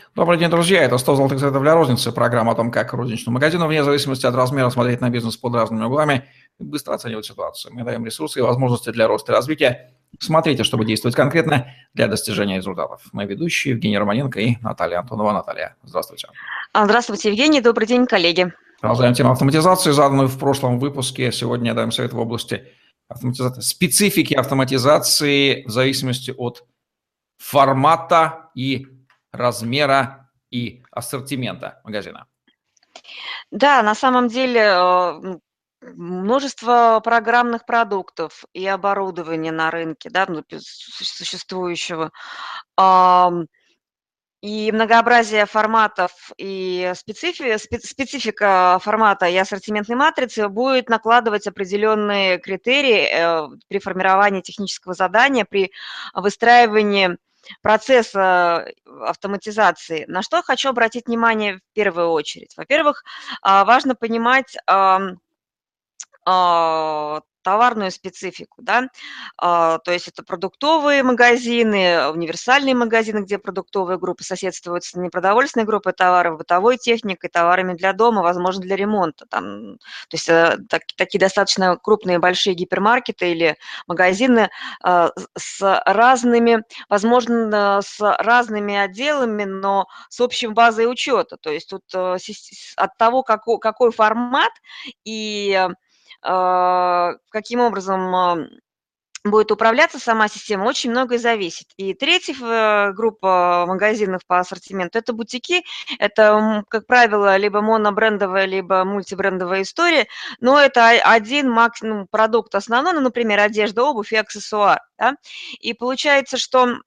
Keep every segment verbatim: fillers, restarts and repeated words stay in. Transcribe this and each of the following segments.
Добрый день, друзья. Это сто золотых советов для розницы. Программа о том, как розничному магазину, вне зависимости от размера, смотреть на бизнес под разными углами и быстро оценивать ситуацию. Мы даем ресурсы и возможности для роста и развития. Смотрите, чтобы действовать конкретно для достижения результатов. Мы ведущие Евгений Романенко и Наталья Антонова. Наталья, здравствуйте. А, Здравствуйте, Евгений. Добрый день, коллеги. Продолжаем тему автоматизации, заданную в прошлом выпуске. Сегодня даем совет в области автоматизации, специфики автоматизации в зависимости от формата и размера и ассортимента магазина. Да, на самом деле э, м, множество программных продуктов и оборудования на рынке, да, ну, пи- су- существующего, ам, и многообразие форматов и специфи- спе- специфика формата и ассортиментной матрицы будет накладывать определенные критерии э, при формировании технического задания, при выстраивании процесса автоматизации. На что хочу обратить внимание в первую очередь? Во-первых, а, важно понимать ам, а, товарную специфику, да. А, то есть это продуктовые магазины, универсальные магазины, где продуктовые группы соседствуют с непродовольственной группой товаров, бытовой техникой, товарами для дома, возможно, для ремонта. Там, то есть э, так- такие достаточно крупные большие гипермаркеты или магазины а, с с разными, возможно, с разными отделами, но с общей базой учета. То есть тут э, сис- от того, какой, какой формат и а, каким образом а, будет управляться сама система, очень многое зависит. И третья э, группа магазинов по ассортименту – это бутики. Это, м, как правило, либо монобрендовая, либо мультибрендовая история, но это о- один максимум продукт основной, ну, например, одежда, обувь и аксессуар. Да? И получается, что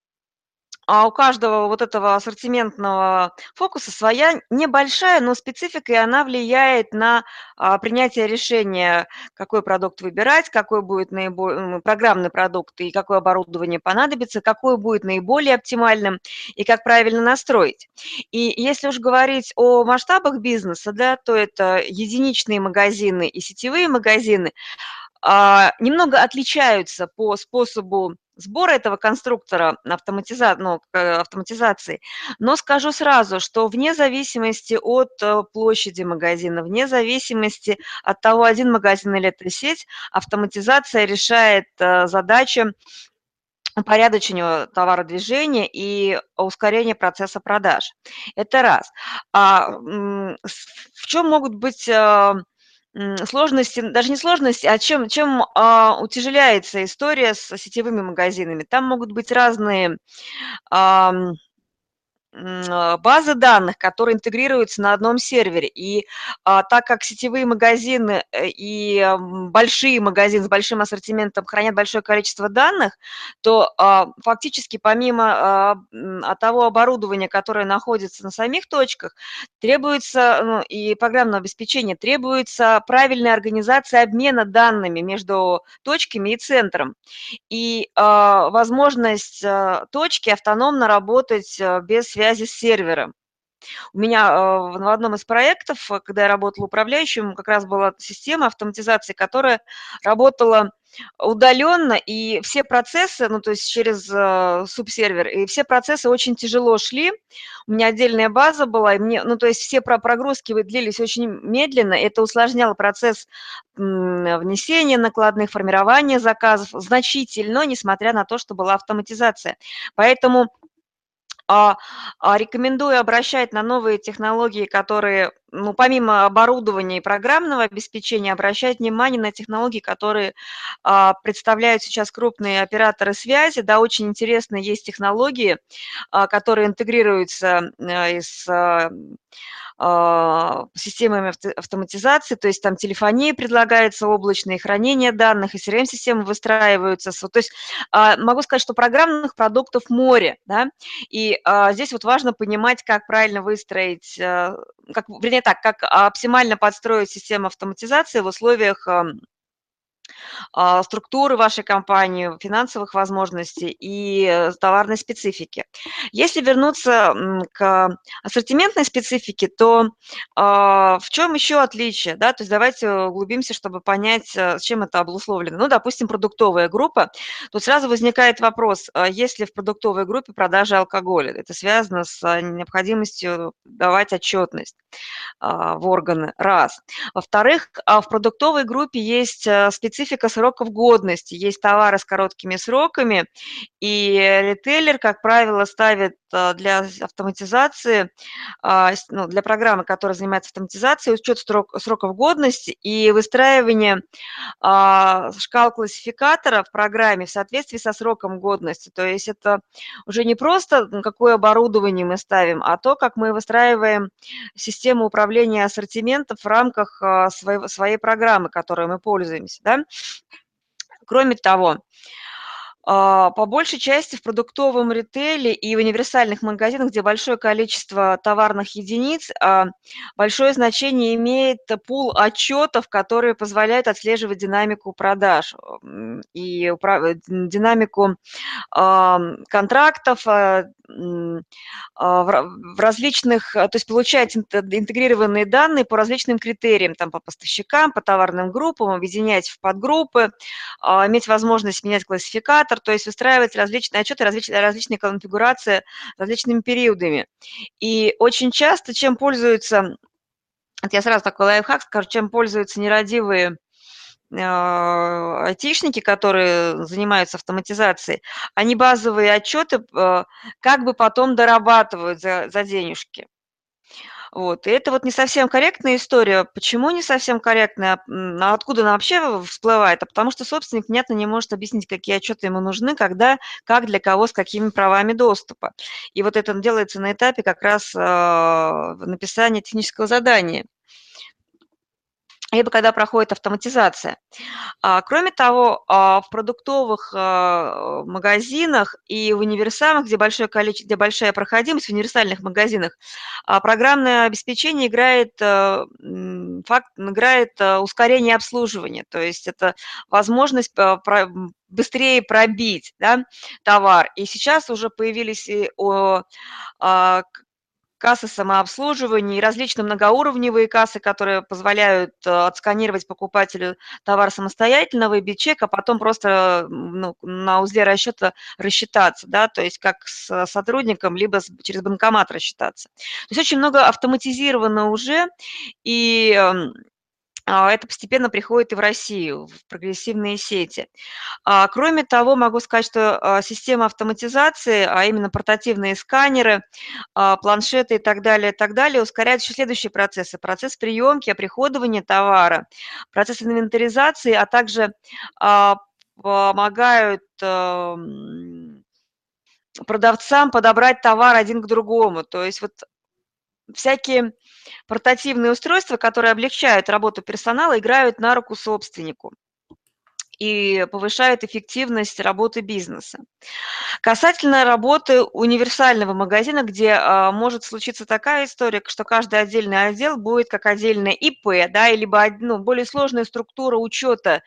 а у каждого вот этого ассортиментного фокуса своя небольшая, но специфика, и она влияет на а, принятие решения, какой продукт выбирать, какой будет наиболее программный продукт и какое оборудование понадобится, какой будет наиболее оптимальным и как правильно настроить. И если уж говорить о масштабах бизнеса, да, то это единичные магазины и сетевые магазины, а, немного отличаются по способу сбора этого конструктора автоматиза ну, к автоматизации. Но скажу сразу, что вне зависимости от, э, площади магазина, вне зависимости от того, один магазин или это сеть, автоматизация решает, э, задачи упорядочения товародвижения и ускорения процесса продаж. Это раз. А, м, с в чем могут быть, а, м, сложности, даже не сложности, а чем чем, а, утяжеляется история с сетевыми магазинами? Там могут быть разные, ам м, а, базы данных, которые интегрируются на одном сервере. И, а, так как сетевые магазины, э, и, м, большие магазины с большим ассортиментом хранят большое количество данных, то, а, фактически помимо, а, м, а, того оборудования, которое находится на самих точках, требуется, ну, и программное обеспечение, требуется правильная организация обмена данными между точками и центром. И, а, возможность, а, точки автономно работать, а, без связи с сервером. У меня, а, в в одном из проектов, э, когда я работала управляющим, как раз была система автоматизации, которая работала удаленно, и все процессы, ну, то есть через, а, субсервер, и все процессы очень тяжело шли. У меня отдельная база была, и мне, ну, то есть все про прогрузки вы длились очень медленно. Это усложняло процесс, м, внесения накладных, формирования заказов значительно, несмотря на то, что была автоматизация. Поэтому а, а, рекомендую обращать на новые технологии, которые, ну, помимо оборудования и программного обеспечения, обращать внимание на технологии, которые а, представляют сейчас крупные операторы связи. Да, очень интересные есть технологии, а, которые интегрируются а, из а, а, системами авто автоматизации, то есть там телефония предлагается, облачное хранение данных, и си эр эм-системы выстраиваются. С вот, то есть, а, могу сказать, что программных продуктов море, да, и, а, здесь вот важно понимать, как правильно выстроить, а, как, вернее так, как оптимально подстроить систему автоматизации в условиях, ам а, структуры вашей компании, финансовых возможностей и э, товарной специфики. Если вернуться м, к ассортиментной специфике, то а, в чем еще отличие? Да? То есть давайте углубимся, чтобы понять, а, с чем это обусловлено. Ну, допустим, продуктовая группа. Тут сразу возникает вопрос, а есть ли в продуктовой группе продажи алкоголя? Это связано с а, необходимостью давать отчетность а, в органы, раз. Во-вторых, а, в продуктовой группе есть а, специфика сроков годности, есть товары с короткими сроками, и ритейлер, как правило, ставит а, для автоматизации, а, с- ну, для программы, которая занимается автоматизацией, учет срок- сроков годности и выстраивание а, шкал классификатора в программе в соответствии со сроком годности. То есть это уже не просто м, какое оборудование мы ставим, а то, как мы выстраиваем систему управления ассортиментом в рамках а, своего- своей программы, которой мы пользуемся. Да? Кроме того, а, по большей части в продуктовом ритейле и в универсальных магазинах, где большое количество товарных единиц, а, большое значение имеет пул отчетов, которые позволяют отслеживать динамику продаж, м, и упра- динамику ам, контрактов, а, м, а, в ра в различных, а, то есть получать инт интегрированные данные по различным критериям, там по поставщикам, по товарным группам, объединять в подгруппы, а, иметь возможность менять классификатор, то есть выстраивать различные отчеты, различные различные конфигурации различными периодами. И очень часто чем пользуются, вот я сразу такой лайфхак скажу, чем пользуются нерадивые а, айтишники, которые занимаются автоматизацией, они базовые отчеты а, как бы потом дорабатывают за, за денежки. Вот. И это вот не совсем корректная история. Почему не совсем корректная? М, а откуда она вообще всплывает? А потому что собственник, понятно, не может объяснить, какие отчеты ему нужны, когда, как, для кого, с какими правами доступа. И вот это делается на этапе как раз а, написания технического задания, либо когда проходит автоматизация. А, кроме того, а, в продуктовых, а, магазинах и в универсамах, где большое количе где большая проходимость, в универсальных магазинах, а, программное обеспечение играет, а, м, факт играет, а, ускорение обслуживания. То есть это возможность а, про м, быстрее пробить, да, товар. И сейчас уже появились и о а, кассы самообслуживания и различные многоуровневые кассы, которые позволяют, э, отсканировать покупателю товар самостоятельно, выбить чек, а потом просто, м, ну, на узле расчета рассчитаться, да, то есть как с сотрудником, либо с через банкомат рассчитаться. То есть очень много автоматизировано уже, и, эм, а, это постепенно приходит и в Россию, в прогрессивные сети. А, кроме того, могу сказать, что, а, система автоматизации, а именно портативные сканеры, а, планшеты и так далее, и так далее, ускоряют еще следующие процессы. Процесс приемки, оприходования товара, процесс инвентаризации, а также, а, помогают, ам, продавцам подобрать товар один к другому. То есть вот всякие портативные устройства, которые облегчают работу персонала, играют на руку собственнику и повышают эффективность работы бизнеса. Касательно работы универсального магазина, где, а, может случиться такая история, что каждый отдельный отдел будет как отдельное И П, да, и либо од ну, более сложная структура учета,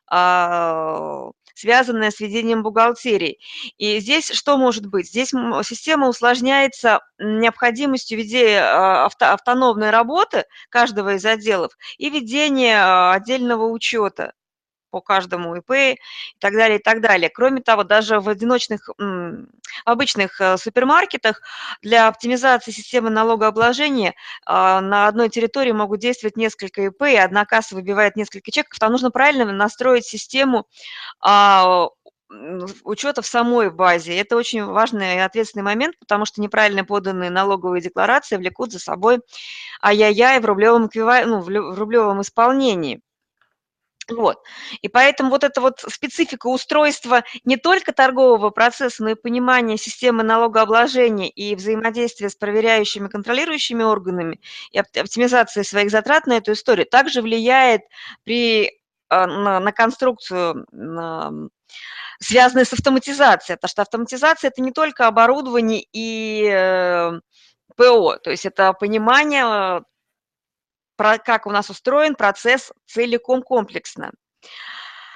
а, связанная с ведением бухгалтерии. И здесь что может быть? Здесь м система усложняется необходимостью ведения а, авто автономной работы каждого из отделов и ведения, а, отдельного учета по каждому И П и так далее, и так далее. Кроме того, даже в одиночных, м, обычных, э, супермаркетах для оптимизации системы налогообложения, а, на одной территории могут действовать несколько И П, и одна касса выбивает несколько чеков. Там нужно правильно настроить систему, а, м, учета в самой базе. Это очень важный и ответственный момент, потому что неправильно поданные налоговые декларации влекут за собой ай-яй-яй в рублевом эквива ну, в лю в рублевом исполнении. Вот. И поэтому вот эта вот специфика устройства не только торгового процесса, но и понимание системы налогообложения и взаимодействия с проверяющими, контролирующими органами и опт оптимизация своих затрат на эту историю также влияет при, а, на на конструкцию, на, м, связанную с автоматизацией. Потому что автоматизация — это не только оборудование и, э, П О, то есть это понимание, э, про как у нас устроен процесс целиком комплексно.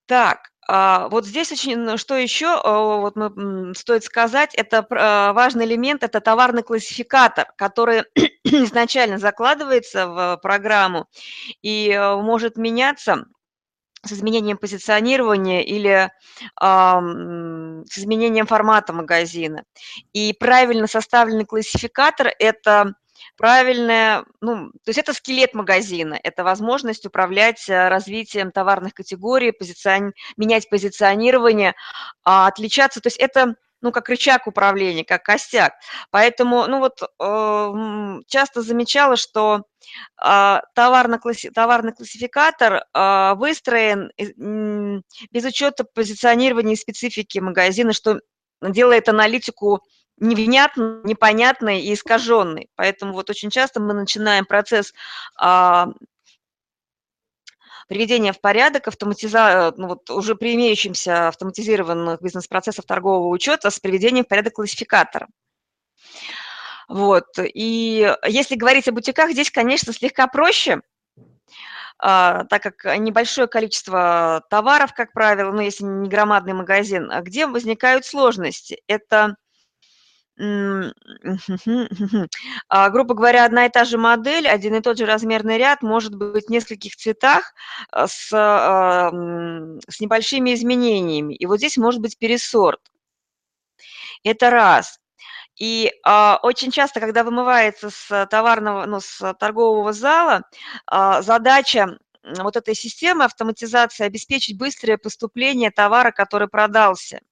Так, а, вот здесь очень, ну, что еще, а, вот мы, м, стоит сказать, это пр а, важный элемент- это товарный классификатор, который изначально закладывается в программу и, э, может меняться с изменением позиционирования или, ам, с изменением формата магазина. И правильно составленный классификатор- это правильная, ну, то есть это скелет магазина, это возможность управлять, э, развитием товарных категорий, позицион менять позиционирование, а, отличаться. То есть это, ну, как рычаг управления, как костяк. Поэтому, ну вот, э, м, часто замечала, что а, товарно класси товарный классификатор, а, выстроен из м, без учета позиционирования и специфики магазина, что делает аналитику невнятной, непонятной и искаженной. Поэтому вот очень часто мы начинаем процесс, а приведения в порядок автоматиза ну, вот уже при имеющемся автоматизированных бизнес-процессов торгового учета с приведением в порядок классификатора. Вот. И если говорить о бутиках, здесь, конечно, слегка проще. А, так как небольшое количество товаров, как правило, ну, если не громадный магазин, а где возникают сложности? Это, м, а, грубо говоря, одна и та же модель, один и тот же размерный ряд может быть в нескольких цветах, а, с, а, м, с небольшими изменениями. И вот здесь может быть пересорт. Это раз. И, а, очень часто, когда вымывается с товарного, ну, с торгового зала, а, задача, м, вот этой системы автоматизации- обеспечить быстрое поступление товара, который продался.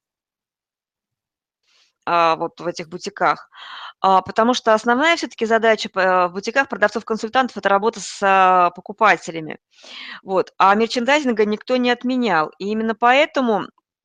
А, вот в этих бутиках. А, потому что основная всё-таки задача п в бутиках продавцов-консультантов- это работа с, а, покупателями. Вот. А мерчендайзинга никто не отменял. И именно поэтому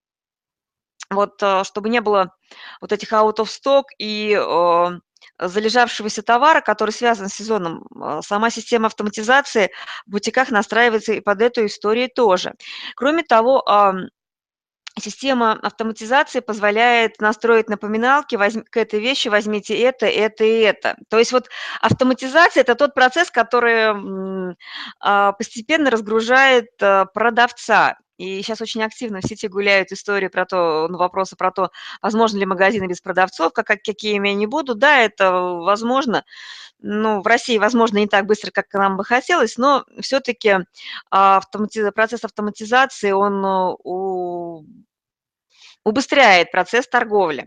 вот, а, чтобы не было вот этих out of stock и, а, залежавшегося товара, который связан с сезоном, а, сама система автоматизации в бутиках настраивается и под эту историю тоже. Кроме того, ам, система автоматизации позволяет настроить напоминалки: возьм к этой вещи возьмите это, это и это. То есть вот автоматизация- это тот процесс, который, м, а, постепенно разгружает, а, продавца. И щас очень активно в сети гуляют истории про то, ну, вопросы про то, возможны ли магазины без продавцов, ка как какими они будут. Да, это возможно. Ну, в России, возможно, не так быстро, как нам бы хотелось, но всё-таки, а, автомати процесс автоматизации, он, э, у убыстряет процесс торговли.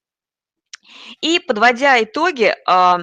И, подводя итоги, а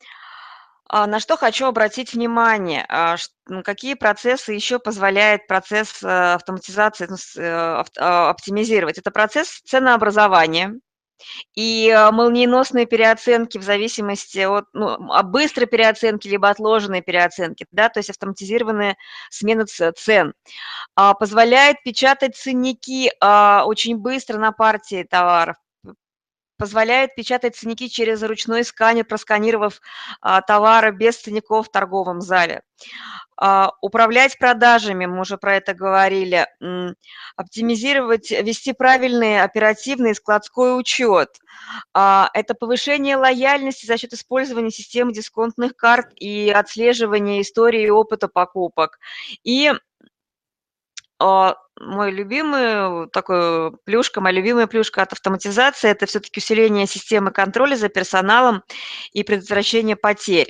а, на что хочу обратить внимание, а, ш м, какие процессы еще позволяет процесс, э, автоматизации, ну, с э, авт а, оптимизировать. Это процесс ценообразования и, а, молниеносные переоценки в зависимости от, ну, а, быстрой переоценки либо отложенной переоценки, да, то есть автоматизированная смена ц цен. А, позволяет печатать ценники, а, очень быстро на партии товаров. П позволяет печатать ценники через ручной сканер, просканировав, а, товары без ценников в торговом зале. А, управлять продажами, мы уже про это говорили, м, оптимизировать, вести правильный оперативный складской учет. А, это повышение лояльности за счет использования системы дисконтных карт и отслеживания истории и опыта покупок. И а, мой любимый такой плюшка, моя любимая плюшка от автоматизации- это всё-таки усиление системы контроля за персоналом и предотвращение потерь.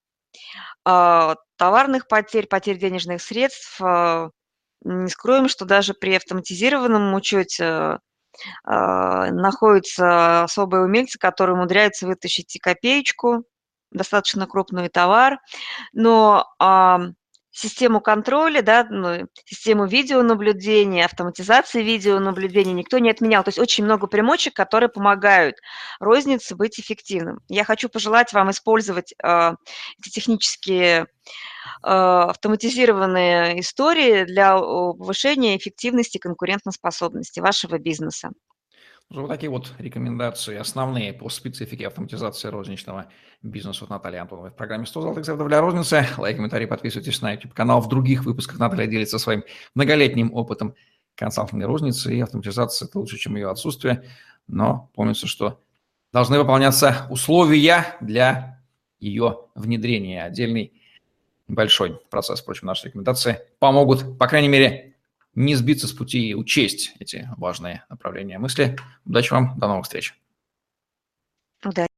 А, товарных потерь, потерь денежных средств. А, не скроем, что даже при автоматизированном учете, а, находятся особые умельцы, которые умудряются вытащить и копеечку, достаточно крупный товар. Но, ам, систему контроля, да, ну, систему видеонаблюдения, автоматизации видеонаблюдения никто не отменял. То есть очень много примочек, которые помогают рознице быть эффективным. Я хочу пожелать вам использовать, а, эти технические, а, автоматизированные истории для, о, повышения эффективности и конкурентоспособности вашего бизнеса. Ну, вот такие вот рекомендации основные по специфике автоматизации розничного бизнеса от Натальи Антоновой в программе "сто золотых советов для розницы". Лайк, комментарий, подписывайтесь на YouTube-канал. В других выпусках Наталья делится своим многолетним опытом консалтинга розницы и автоматизации. Это лучше, чем ее отсутствие. Но помнится, что должны выполняться условия для ее внедрения. Отдельный большой процесс. Впрочем, наши рекомендации помогут, по крайней мере, не сбиться с пути и учесть эти важные направления мысли. Удачи вам, до новых встреч. Да.